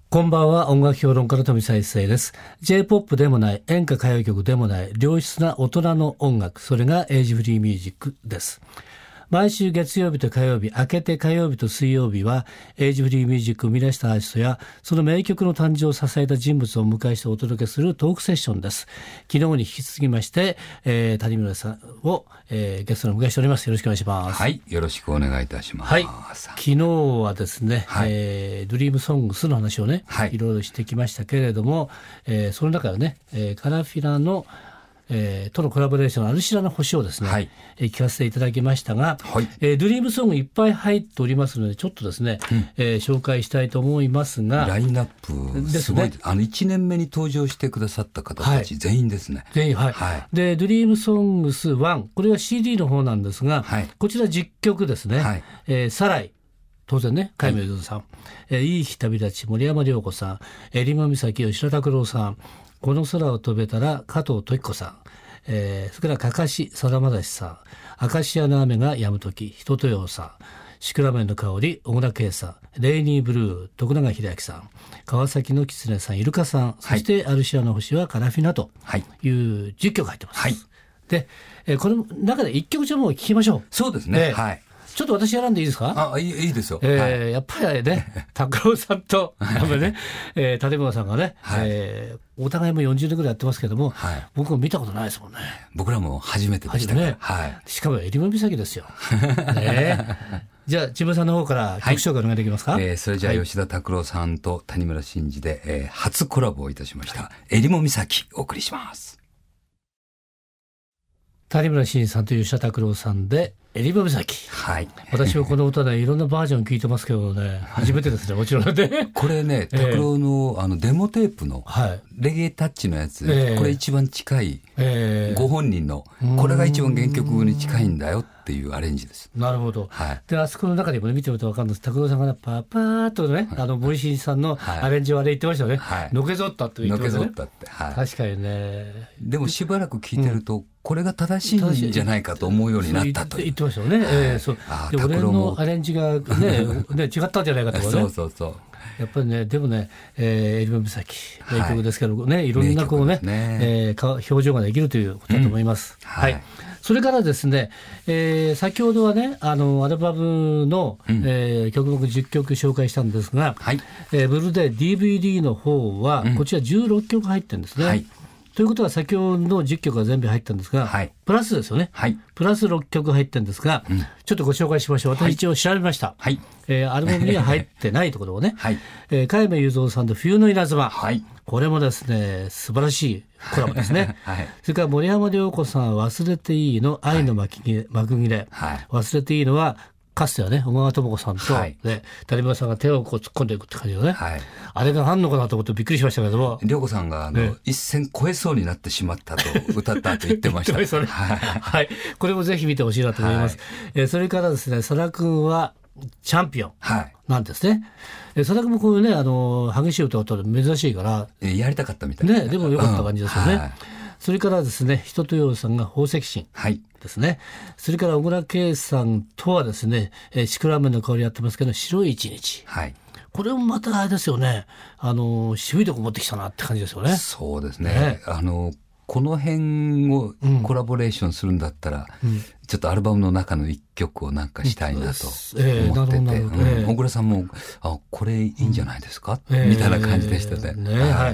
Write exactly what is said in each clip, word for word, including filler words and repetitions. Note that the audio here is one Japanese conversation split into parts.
こんばんは、音楽評論家の富澤一世です。 J-ポップ でもない、演歌歌謡曲でもない良質な大人の音楽、それがエイジフリーミュージックです。毎週月曜日と火曜日、明けて火曜日と水曜日はエイジフリーミュージックを生み出したアーティストやその名曲の誕生を支えた人物をお迎えしてお届けするトークセッションです。昨日に引き続きまして、えー、谷村さんを、えー、ゲストにお迎えしております。よろしくお願いします。 はい、よろしくお願いいたします。 はい、昨日はですね、はい、えー、ドリームソングスの話をね、はい、いろいろしてきましたけれども、えー、その中でね、えー、カラフィラのえー、とのコラボレーションのアルシラの星をですね、はい、えー、聞かせていただきましたが、はい、えー、ドリームソングいっぱい入っておりますのでちょっとですね、うん、えー、紹介したいと思いますが、 ラインナップすごいですね。あのいちねんめに登場してくださった方たち全員ですね、はい、 全員、はいはい、でドリームソングスワン、これは シーディー の方なんですが、はい、こちらじゅっきょくですね、はい、えー、サライ当然ね、加山雄三さん、はい、えー、いい日旅立ち森山良子さん、えりも岬吉田拓郎さん、この空を飛べたら加藤時子さん、えー、それからかかしさだまだしさん、アカシアの雨が止むとき人とようさん、シクラメンの香り小倉圭さん、レイニーブルー徳永英明さん、川崎の狐さん、イルカさん、そしてアルシアの星はカラフィナというじゅっきょく入ってます、はい、で、えー、この中でいっきょくじゃもう聴きましょう。 そうですね、はい、 ちょっと私選んでいいですか？ あ、いい、いいですよ、 えーはい、やっぱりね拓郎さんとやっぱりね、えー、立村さんがね、はい、えー、お互いもよんじゅうねんぐらいやってますけども、はい、僕も見たことないですもんね。 僕らも初めてでしたから、ね、はい、 しかもえりも岬ですよ、ね、じゃあ千葉さんの方から曲紹介お願いできますか？ はい、えー、それじゃあ吉田拓郎さんと谷村新司で、えー、初コラボをいたしました、はい、えりも岬お送りします。 谷村新司さんと吉田拓郎さんでえりも岬、はい、私はこの歌でいろんなバージョン聞いてますけどね、初めてですね、もちろんね。 これね、拓郎の、あのデモテープのレゲエタッチのやつ、えー、これ一番近い、えー、ご本人のこれが一番原曲に近いんだよっていうアレンジです。 なるほど、はい、であそこの中でも、ね、見てみると分かるんです。拓郎さんが、ね、パパーっとね、あの森進さんのアレンジをあれ言ってましたよね、はい、のけぞったって言ってましたね。のけぞったって、はい、確かにね。 でもしばらく聞いてると、うん、これが正しいんじゃないかと思うようになったという。 言ってましたよね、はい、えー、そうで俺のアレンジが、ねね、違ったんじゃないかとかねそうそうそう、 やっぱりね、でもね、えー、えりも岬名曲ですけど、はい、ね、いろんなこうね、ね、えー、表情ができるということだと思います、うん、はい、はい、それからですね、えー、先ほどはね、あのアルバムの、うん、えー、曲目じゅっきょく紹介したんですが、はい、えー、ブルーレイ ディーブイディー の方は、うん、こちらじゅうろっきょく入ってるんですね、はい、ということは先ほどのじゅっきょくが全部入ったんですが、はい、プラスですよね、はい、プラスろっきょく入ってるんですが、うん、ちょっとご紹介しましょう。私一応調べました、はい、えー、アルバムには入ってないところをね、はい、えー、加山雄三さんと冬の稲妻、はい、これもですね素晴らしいコラボですね、はい、それから森山良子さん忘れていいの愛の幕切れ、幕切れ、はい、忘れていいのはかつてはね小川智子さんと、はい、ね、谷村さんが手をこう突っ込んでいくって感じでね、はい、あれがあんのかなと思ってびっくりしましたけども、 良子さんがあの、ね、一線超えそうになってしまったと歌ったと言ってましたね、はいはい、これもぜひ見てほしいなと思います、はい、えー、それからですね、佐田君はチャンピオンなんですね、はい、えー、佐田君もこういうね、あの激しい歌を歌うの珍しいからやりたかったみたいな、 ね、でもよかった感じですよね、うん、はい、それからですね、人とようさんが宝石心ですね、はい、それから小倉圭さんとはですね、えー、シクラメンの香りやってますけど白い一日、はい、これもまたあれですよね、あの渋いとこ持ってきたなって感じですよね。 そうですね、ね、あのこの辺をコラボレーションするんだったら、うん、ちょっとアルバムの中の一曲をなんかしたいなと思ってて、小倉さんもあこれいいんじゃないですか、うん、みたいな感じでしたね、 ね、はい、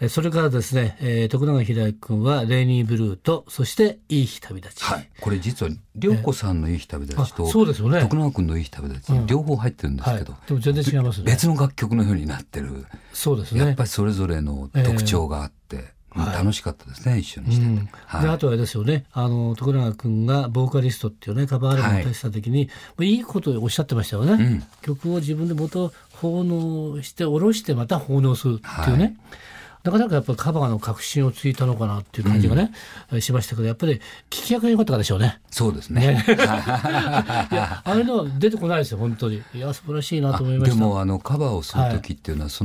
それからですね、えー、徳永英明君はレイニーブルーとそしていい日旅立ち、 はい、これ実は良子さんのいい日旅立ちと、 そうですよね、 徳永君のいい日旅立ち、うん、両方入ってるんですけど、 はい、でも全然違いますね、 別の楽曲のようになってる。 そうですね、 やっぱりそれぞれの特徴があって、えー楽しかったですね、はい、一緒にしてて、うんはい、 であとはですよね、あの徳永君がボーカリストっていうねカバーアルバムを出した時に、はい、いいことをおっしゃってましたよね、うん、曲を自分で元奉納して下ろしてまた奉納するっていうね、はい、なかなかやっぱりカバーの革新をついたのかなっていう感じがね、うん、しましたけど、やっぱり聞き役が良かったからでしょうね。 そうですね、ねいやあれのは出てこないですよ本当に。いや素晴らしいなと思いました。 でもあのカバーをする時っていうのは、はい、その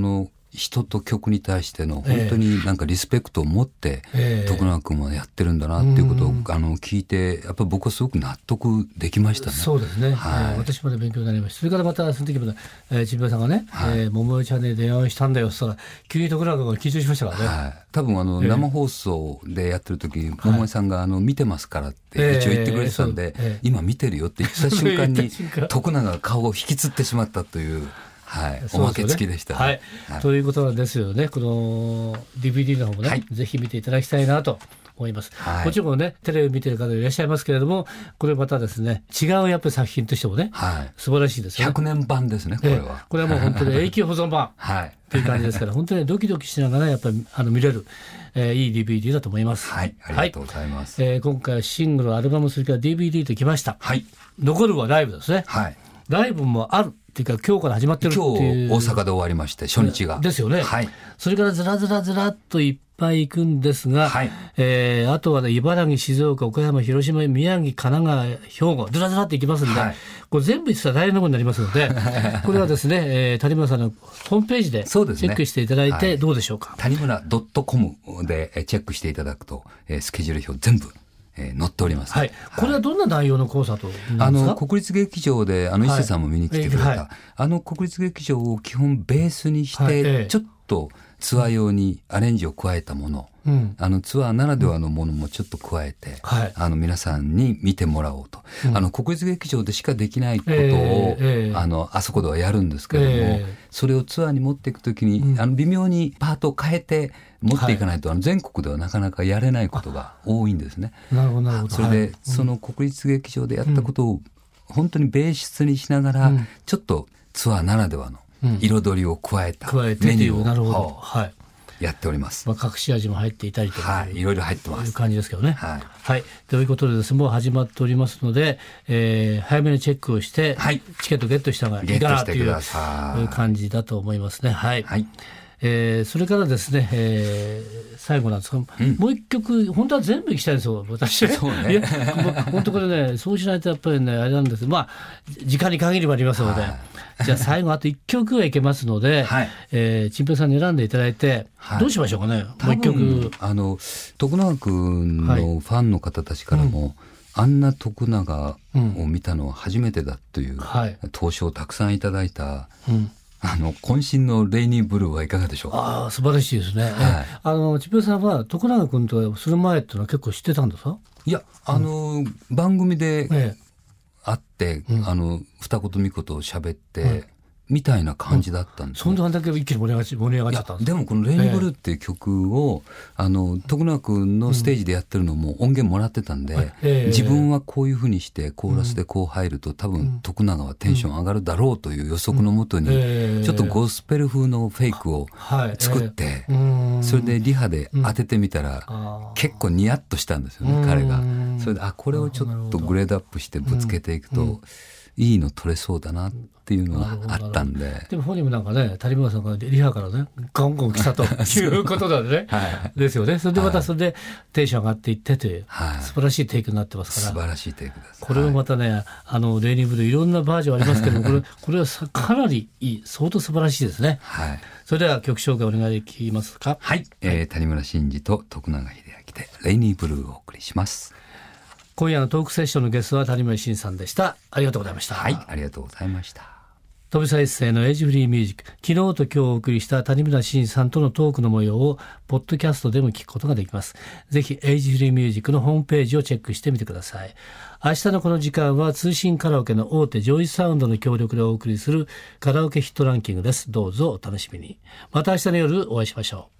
人と曲に対しての本当になんかリスペクトを持って、えー、徳永君はやってるんだなっていうことを、あの聞いて、やっぱり僕はすごく納得できましたね。 そうですね、はい、えー、私まで勉強になりました。それからまたその時もね、えー、ちびやさんがね、はい、えー、桃代ちゃんに電話したんだよって言ったら急に徳永君が緊張しましたからね、はい、 多分あの、えー、生放送でやってる時に桃代さんがあの見てますからって一応言ってくれてたんで、えーえー、今見てるよって言った瞬間に徳永が顔を引きつってしまったという、はい、おまけ付きでしたね。 はいはい、ということなんですよね。この ディーブイディー の方もね、はい、ぜひ見ていただきたいなと思います。はい、もちろんねテレビ見てる方いらっしゃいますけれども、これまたですね違うやっぱり作品としてもね、はい、素晴らしいですよね。 ひゃくねんばんですねこれは、えー、これはもう本当に永久保存版という感じですから本当にドキドキしながらやっぱりあの見れる、えー、いい ディーブイディー だと思います。 はい、ありがとうございます。 はい、えー、今回はシングルアルバムそれから ディーブイディー ときました。はい、残るはライブですね。はい、ライブもあるっていうか今日から始まってるっていう。 今日大阪で終わりまして初日がですよね。はい、それからずらずらずらっといっぱい行くんですが、はい、えー、あとは、ね、茨城、静岡、岡山、広島、宮城、神奈川、兵庫ずらずらって行きますんで、はい、これ全部言ってたら大変なことになりますのでこれはですね、えー、谷村さんのホームページでチェックしていただいてどうでしょうか。 谷村 .com でチェックしていただくと、えー、スケジュール表全部えー、載っております、 はい、これはどんな内容のコンサートなんですか。 あの国立劇場であの伊勢さんも見に来てくれた、はいはい、あの国立劇場を基本ベースにして、はい、ちょっとツアー用にアレンジを加えたもの、うん、あのツアーならではのものもちょっと加えて、うん、あの皆さんに見てもらおうと、うん、あの国立劇場でしかできないことを、えーえー、あのあそこではやるんですけれども、えー、それをツアーに持っていくときに、うん、あの微妙にパートを変えて持っていかないと、はい、あの全国ではなかなかやれないことが多いんですね。 なるほどなるほど。 それで、はい、その国立劇場でやったことを本当にベースにしながら、うん、ちょっとツアーならではの彩りを加えたメニューを、はい、やっております。 まあ、隠し味も入っていたりとか、 はい、いろいろ入ってます。 いう感じですけどね。はい、はい、ということでですね、もう始まっておりますので、えー、早めにチェックをして、はい、チケットゲットした方がいいかなという感じだと思いますね。はい。はい、えー、それからですね、えー、最後なんですが、うん、もう一曲本当は全部行きたいんですよ私。そうね、いや本当これねそうしないとやっぱりねあれなんです。まあ時間に限りもありますので、はい、じゃあ最後あといっきょくはいけますので、はい、えー、チンペイさんに選んでいただいて、はい、どうしましょうかね。もう一曲あの徳永君のファンの方たちからも、はい、うん、あんな徳永を見たのは初めてだという、はい、投書をたくさんいただいた、うん、あの渾身のレイニーブルーはいかがでしょうか。 ああ素晴らしいですね。はい、あのチンペイさんは徳永君とする前っていうのは結構知ってたんですか。 いやあの、うん、番組で会って、うん、あの二言三言喋って、うん、みたいな感じだったんです、ね、 うん、そんなだけ一気に盛り上がっち盛り上がっちゃったんですか。 でもこのレイニーブルーっていう曲を、えー、あの徳永君のステージでやってるのも音源もらってたんで、えー、自分はこういうふうにしてコーラスでこう入ると多分徳永はテンション上がるだろうという予測のもとに、ちょっとゴスペル風のフェイクを作って、それでリハで当ててみたら結構ニヤッとしたんですよね彼が。それであこれをちょっとグレードアップしてぶつけていくといいの取れそうだなっていうのがあったんで。 でも本人もなんかね谷村さんがリハからねガンガン来たということなんでね、はい、ですよね。それでまたそれでテンション上がっていってという、はい、素晴らしいテイクになってますから。 素晴らしいテイクです。 これもまたね、はい、あのレイニーブルーいろんなバージョンありますけどこれこれはかなりいい相当素晴らしいですね。はい、それでは曲紹介お願いできますか。 はい、えー、谷村新司と徳永英明でレイニーブルーをお送りします。 今夜のトークセッションのゲストは谷村新司さんでした。ありがとうございました。 はい、ありがとうございました。 飛び一世のエイジフリーミュージック、昨日と今日お送りした谷村新司さんとのトークの模様をポッドキャストでも聞くことができます。ぜひエイジフリーミュージックのホームページをチェックしてみてください。明日のこの時間は通信カラオケの大手ジョイサウンドの協力でお送りするカラオケヒットランキングです。どうぞお楽しみに。また明日の夜お会いしましょう。